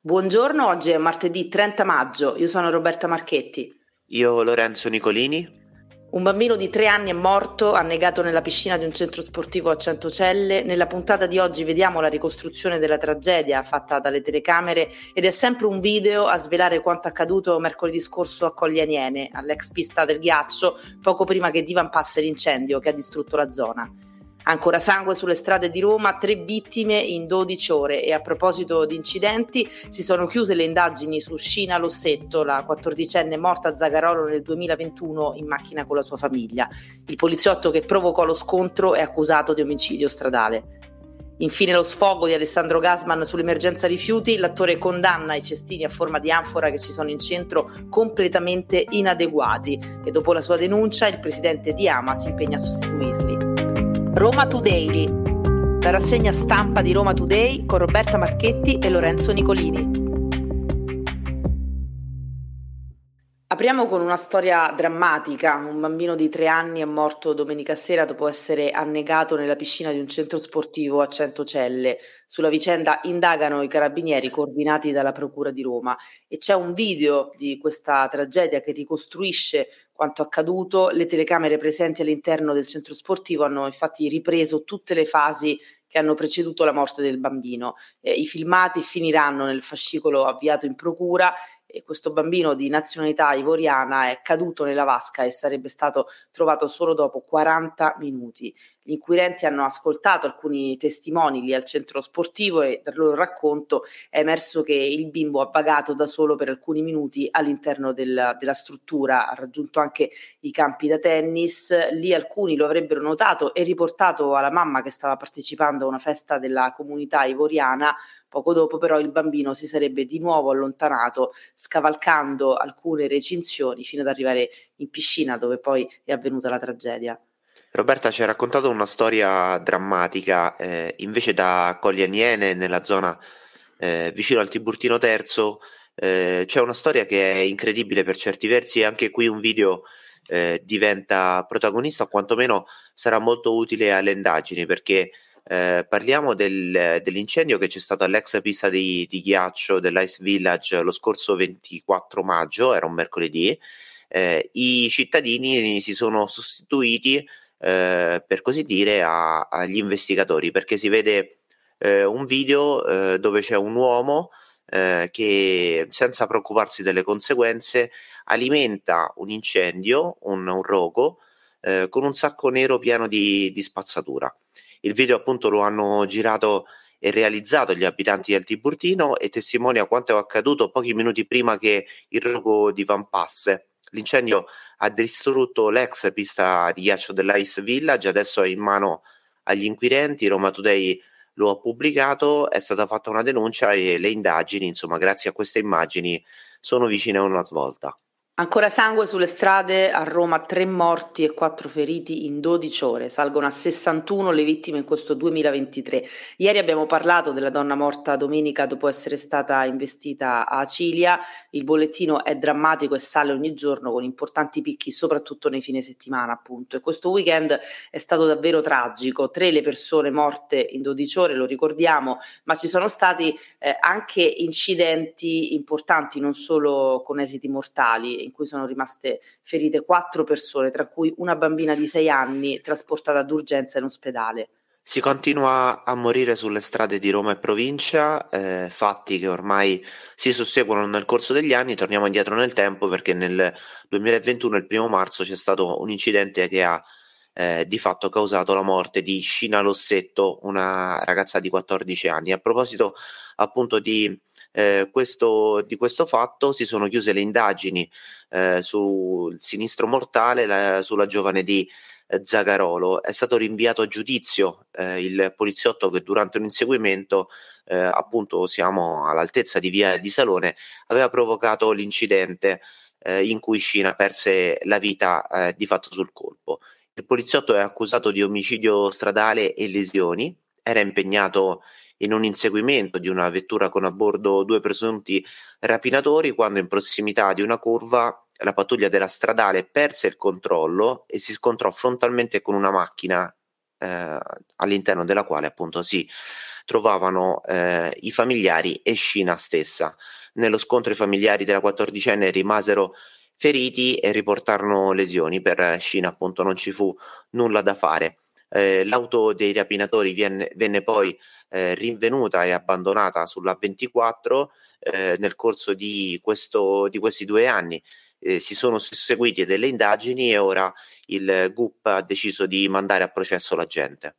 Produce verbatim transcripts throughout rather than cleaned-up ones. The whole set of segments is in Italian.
Buongiorno, oggi è martedì trenta maggio, io sono Roberta Marchetti. Io Lorenzo Nicolini. Un bambino di tre anni è morto, annegato nella piscina di un centro sportivo a Centocelle. Nella puntata di oggi vediamo la ricostruzione della tragedia fatta dalle telecamere ed è sempre un video a svelare quanto accaduto mercoledì scorso a Colli Aniene, all'ex pista del ghiaccio, poco prima che divampasse l'incendio che ha distrutto la zona. Ancora sangue sulle strade di Roma, tre vittime in dodici ore e a proposito di incidenti si sono chiuse le indagini su Scina Lossetto, la quattordicenne morta a Zagarolo nel duemilaventuno in macchina con la sua famiglia. Il poliziotto che provocò lo scontro è accusato di omicidio stradale. Infine lo sfogo di Alessandro Gasman sull'emergenza rifiuti, l'attore condanna i cestini a forma di anfora che ci sono in centro completamente inadeguati e dopo la sua denuncia il presidente di Ama si impegna a sostituirli. Roma Today, la rassegna stampa di Roma Today con Roberta Marchetti e Lorenzo Nicolini. Apriamo con una storia drammatica. Un bambino di tre anni è morto domenica sera dopo essere annegato nella piscina di un centro sportivo a Centocelle. Sulla vicenda indagano i carabinieri coordinati dalla Procura di Roma e c'è un video di questa tragedia che ricostruisce quanto accaduto. Le telecamere presenti all'interno del centro sportivo hanno infatti ripreso tutte le fasi che hanno preceduto la morte del bambino. Eh, I filmati finiranno nel fascicolo avviato in procura e questo bambino di nazionalità ivoriana è caduto nella vasca e sarebbe stato trovato solo dopo quaranta minuti. Gli inquirenti hanno ascoltato alcuni testimoni lì al centro sportivo e dal loro racconto è emerso che il bimbo ha vagato da solo per alcuni minuti all'interno del, della struttura, ha raggiunto anche i campi da tennis, lì alcuni lo avrebbero notato e riportato alla mamma che stava partecipando a una festa della comunità ivoriana. Poco dopo però il bambino si sarebbe di nuovo allontanato scavalcando alcune recinzioni fino ad arrivare in piscina dove poi è avvenuta la tragedia. Roberta ci ha raccontato una storia drammatica, eh, invece da Colli Aniene, nella zona eh, vicino al Tiburtino Terzo, eh, c'è una storia che è incredibile per certi versi e anche qui un video eh, diventa protagonista, o quantomeno sarà molto utile alle indagini, perché eh, parliamo del, dell'incendio che c'è stato all'ex pista di, di ghiaccio dell'Ice Village lo scorso ventiquattro maggio, era un mercoledì. Eh, i cittadini si sono sostituiti eh, per così dire a, agli investigatori, perché si vede eh, un video eh, dove c'è un uomo eh, che senza preoccuparsi delle conseguenze alimenta un incendio, un, un rogo eh, con un sacco nero pieno di, di spazzatura. Il video appunto lo hanno girato e realizzato gli abitanti del Tiburtino e testimonia quanto è accaduto pochi minuti prima che il rogo divampasse. L'incendio ha distrutto l'ex pista di ghiaccio dell'Ice Village, adesso è in mano agli inquirenti. Roma Today lo ha pubblicato, è stata fatta una denuncia e le indagini, insomma, grazie a queste immagini, sono vicine a una svolta. Ancora sangue sulle strade, a Roma tre morti e quattro feriti in dodici ore, salgono a sessantuno le vittime in questo duemilaventitré. Ieri abbiamo parlato della donna morta domenica dopo essere stata investita a Acilia, il bollettino è drammatico e sale ogni giorno con importanti picchi soprattutto nei fine settimana appunto e questo weekend è stato davvero tragico, tre le persone morte in dodici ore, lo ricordiamo, ma ci sono stati eh, anche incidenti importanti non solo con esiti mortali in cui sono rimaste ferite quattro persone, tra cui una bambina di sei anni trasportata d'urgenza in ospedale. Si continua a morire sulle strade di Roma e provincia, eh, fatti che ormai si susseguono nel corso degli anni. Torniamo indietro nel tempo perché nel duemilaventuno, il primo marzo, c'è stato un incidente che ha eh, di fatto causato la morte di Scina Lossetto, una ragazza di quattordici anni. A proposito appunto di Eh, questo, di questo fatto si sono chiuse le indagini eh, sul sinistro mortale la, sulla giovane di eh, Zagarolo. È stato rinviato a giudizio eh, il poliziotto che durante un inseguimento, eh, appunto siamo all'altezza di via di Salone, aveva provocato l'incidente eh, in cui Scina perse la vita eh, di fatto sul colpo. Il poliziotto è accusato di omicidio stradale e lesioni, era impegnato in un inseguimento di una vettura con a bordo due presunti rapinatori quando in prossimità di una curva la pattuglia della stradale perse il controllo e si scontrò frontalmente con una macchina eh, all'interno della quale appunto si trovavano eh, i familiari e Sheena stessa. Nello scontro i familiari della quattordicenne rimasero feriti e riportarono lesioni. Per Sheena appunto non ci fu nulla da fare. Eh, l'auto dei rapinatori viene, venne poi eh, rinvenuta e abbandonata sulla ventiquattro. Eh, nel corso di, questo, di questi due anni eh, si sono susseguite delle indagini e ora il G U P ha deciso di mandare a processo l'agente.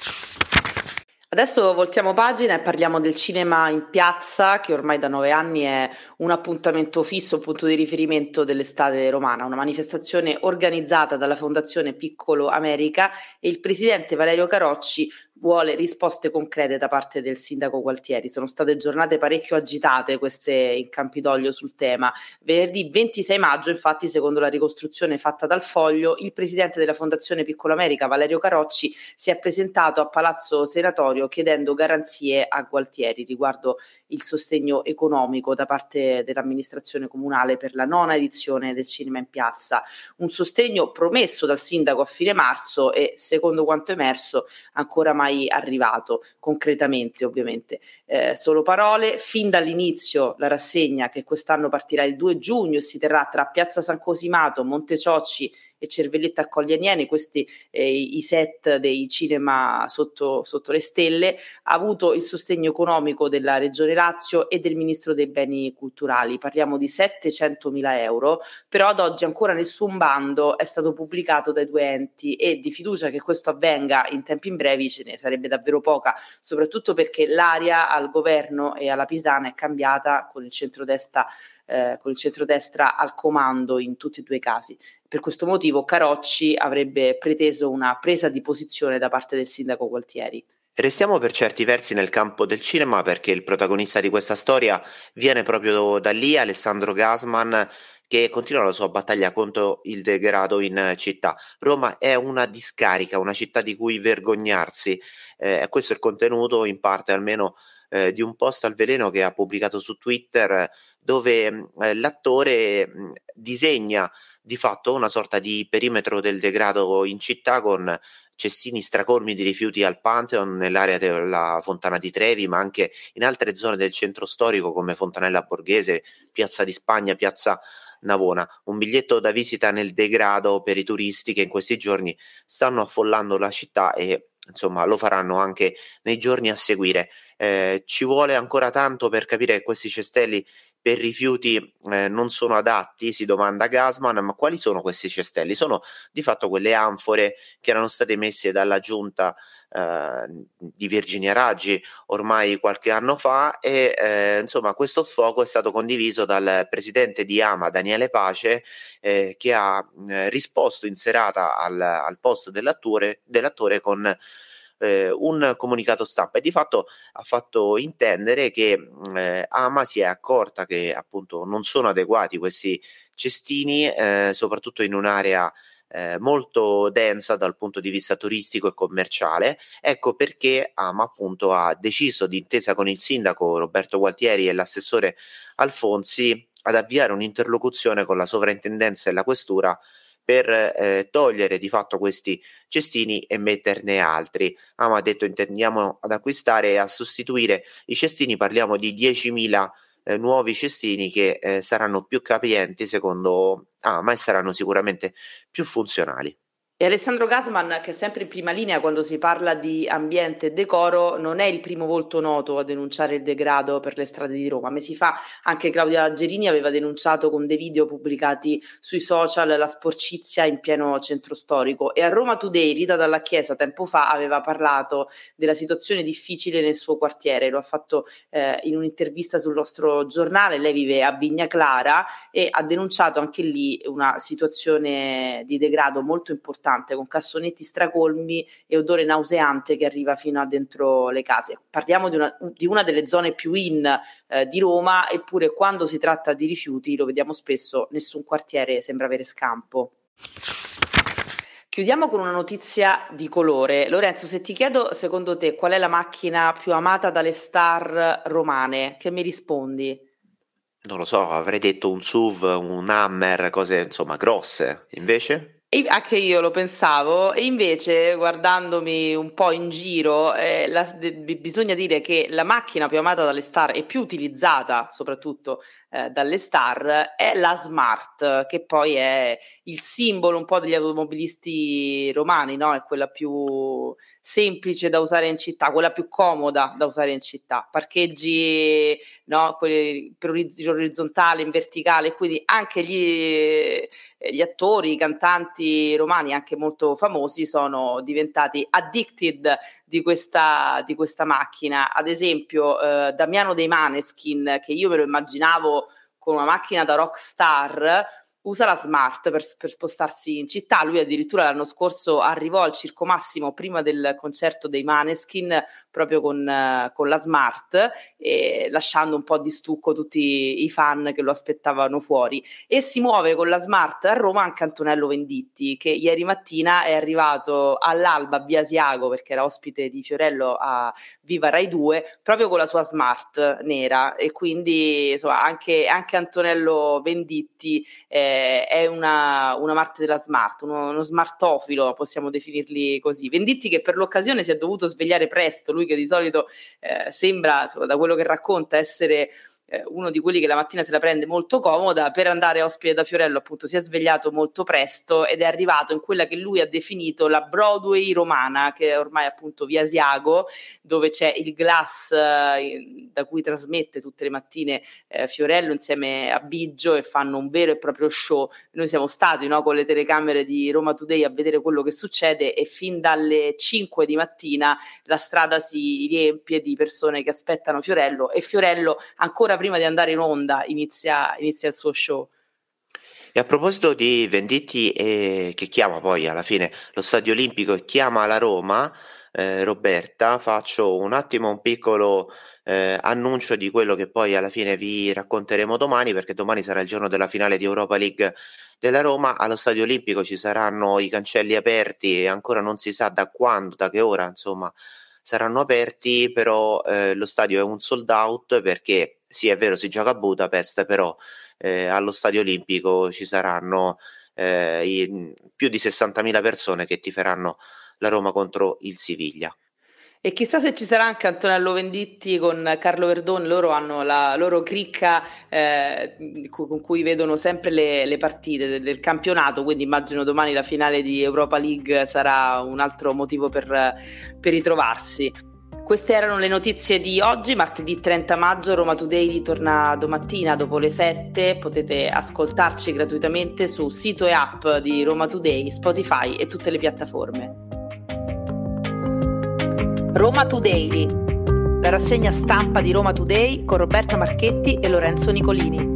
Adesso voltiamo pagina e parliamo del cinema in piazza, che ormai da nove anni è un appuntamento fisso, un punto di riferimento dell'estate romana, una manifestazione organizzata dalla Fondazione Piccolo America, e il presidente Valerio Carocci vuole risposte concrete da parte del sindaco Gualtieri. Sono state giornate parecchio agitate queste in Campidoglio sul tema. Venerdì ventisei maggio, infatti, secondo la ricostruzione fatta dal Foglio, il presidente della Fondazione Piccolo America, Valerio Carocci, si è presentato a Palazzo Senatorio chiedendo garanzie a Gualtieri riguardo il sostegno economico da parte dell'amministrazione comunale per la nona edizione del Cinema in Piazza. Un sostegno promesso dal sindaco a fine marzo e, secondo quanto emerso, ancora mai arrivato concretamente, ovviamente. Eh, solo parole. Fin dall'inizio la rassegna, che quest'anno partirà il due giugno e si terrà tra Piazza San Cosimato, Monte Ciocci e Cervelletta a Colli Aniene, questi eh, i set dei cinema sotto, sotto le stelle, ha avuto il sostegno economico della Regione Lazio e del Ministro dei Beni Culturali. Parliamo di settecentomila euro, però ad oggi ancora nessun bando è stato pubblicato dai due enti e di fiducia che questo avvenga in tempi brevi ce ne sarebbe davvero poca, soprattutto perché l'aria al governo e alla Pisana è cambiata con il centrodestra Eh, con il centrodestra al comando in tutti e due i casi. Per questo motivo Carocci avrebbe preteso una presa di posizione da parte del sindaco Gualtieri. Restiamo per certi versi nel campo del cinema, perché il protagonista di questa storia viene proprio da lì, Alessandro Gasman, che continua la sua battaglia contro il degrado in città. Roma è una discarica, una città di cui vergognarsi. Eh, questo è il contenuto, in parte almeno, eh, di un post al veleno che ha pubblicato su Twitter, dove eh, l'attore mh, disegna di fatto una sorta di perimetro del degrado in città, con cestini stracolmi di rifiuti al Pantheon, nell'area della Fontana di Trevi, ma anche in altre zone del centro storico come Fontanella Borghese, Piazza di Spagna, Piazza Navona. Un biglietto da visita nel degrado per i turisti che in questi giorni stanno affollando la città e insomma lo faranno anche nei giorni a seguire. Eh, ci vuole ancora tanto per capire che questi cestelli per rifiuti eh, non sono adatti, si domanda Gasman, ma quali sono questi cestelli? Sono di fatto quelle anfore che erano state messe dalla giunta eh, di Virginia Raggi ormai qualche anno fa e eh, insomma questo sfogo è stato condiviso dal presidente di Ama, Daniele Pace, eh, che ha eh, risposto in serata al, al post dell'attore, dell'attore con Eh, un comunicato stampa e di fatto ha fatto intendere che eh, Ama si è accorta che appunto non sono adeguati questi cestini, eh, soprattutto in un'area eh, molto densa dal punto di vista turistico e commerciale. Ecco perché Ama appunto ha deciso, d'intesa con il sindaco Roberto Gualtieri e l'assessore Alfonsi, ad avviare un'interlocuzione con la sovrintendenza e la questura per eh, togliere di fatto questi cestini e metterne altri. Ama ha detto: intendiamo ad acquistare e a sostituire i cestini, parliamo di diecimila eh, nuovi cestini che eh, saranno più capienti secondo Ama e saranno sicuramente più funzionali. E Alessandro Gasman, che è sempre in prima linea quando si parla di ambiente e decoro, non è il primo volto noto a denunciare il degrado per le strade di Roma. Mesi fa anche Claudia Gerini aveva denunciato con dei video pubblicati sui social la sporcizia in pieno centro storico, e a Roma Today Rita Dalla Chiesa tempo fa aveva parlato della situazione difficile nel suo quartiere. Lo ha fatto eh, in un'intervista sul nostro giornale. Lei vive a Vigna Clara e ha denunciato anche lì una situazione di degrado molto importante, con cassonetti stracolmi e odore nauseante che arriva fino a dentro le case. Parliamo di una, di una delle zone più in eh, di Roma, eppure quando si tratta di rifiuti, lo vediamo spesso, nessun quartiere sembra avere scampo. Chiudiamo con una notizia di colore. Lorenzo, se ti chiedo secondo te qual è la macchina più amata dalle star romane, che mi rispondi? Non lo so, avrei detto un S U V, un Hammer, cose insomma grosse. Invece? E anche io lo pensavo, e invece guardandomi un po' in giro eh, la, de, bisogna dire che la macchina più amata dalle star e più utilizzata soprattutto eh, dalle star è la Smart, che poi è il simbolo un po' degli automobilisti romani, no? È quella più semplice da usare in città, quella più comoda da usare in città, parcheggi, no? Quelli per orizzontale, in verticale, quindi anche gli, gli attori, i cantanti romani anche molto famosi sono diventati addicted di questa, di questa macchina. Ad esempio eh, Damiano dei Maneskin, che io me lo immaginavo con una macchina da rockstar, usa la Smart per, per spostarsi in città. Lui addirittura l'anno scorso arrivò al Circo Massimo prima del concerto dei Maneskin proprio con, uh, con la Smart, e lasciando un po' di stucco tutti i fan che lo aspettavano fuori. E si muove con la Smart a Roma anche Antonello Venditti, che ieri mattina è arrivato all'alba a Via Asiago perché era ospite di Fiorello a Viva Rai due proprio con la sua Smart nera, e quindi insomma anche, anche Antonello Venditti eh, è una, una amante della Smart, uno, uno smartofilo, possiamo definirli così. Venditti che per l'occasione si è dovuto svegliare presto, lui che di solito eh, sembra, insomma, da quello che racconta, essere eh, uno di quelli che la mattina se la prende molto comoda, per andare ospite da Fiorello appunto si è svegliato molto presto ed è arrivato in quella che lui ha definito la Broadway romana, che è ormai appunto Via Asiago, dove c'è il glass eh, da cui trasmette tutte le mattine eh, Fiorello insieme a Biggio, e fanno un vero e proprio show. Noi siamo stati, no, con le telecamere di Roma Today a vedere quello che succede, e fin dalle cinque di mattina la strada si riempie di persone che aspettano Fiorello, e Fiorello ancora prima di andare in onda inizia, inizia il suo show. E a proposito di Venditti, eh, che chiama poi alla fine lo Stadio Olimpico e chiama la Roma, eh, Roberta, faccio un attimo un piccolo eh, annuncio di quello che poi alla fine vi racconteremo domani, perché domani sarà il giorno della finale di Europa League della Roma. Allo Stadio Olimpico ci saranno i cancelli aperti e ancora non si sa da quando, da che ora, insomma, saranno aperti, però eh, lo stadio è un sold out, perché sì, è vero, si gioca a Budapest, però eh, allo Stadio Olimpico ci saranno eh, i, più di sessantamila persone che tiferanno la Roma contro il Siviglia. E chissà se ci sarà anche Antonello Venditti con Carlo Verdone. Loro hanno la loro cricca eh, con cui vedono sempre le, le partite del, del campionato, quindi immagino domani la finale di Europa League sarà un altro motivo per, per ritrovarsi. Queste erano le notizie di oggi, martedì trenta maggio. Roma Today ritorna domattina dopo le sette. Potete ascoltarci gratuitamente su sito e app di Roma Today, Spotify e tutte le piattaforme. Roma Today, la rassegna stampa di Roma Today con Roberta Marchetti e Lorenzo Nicolini.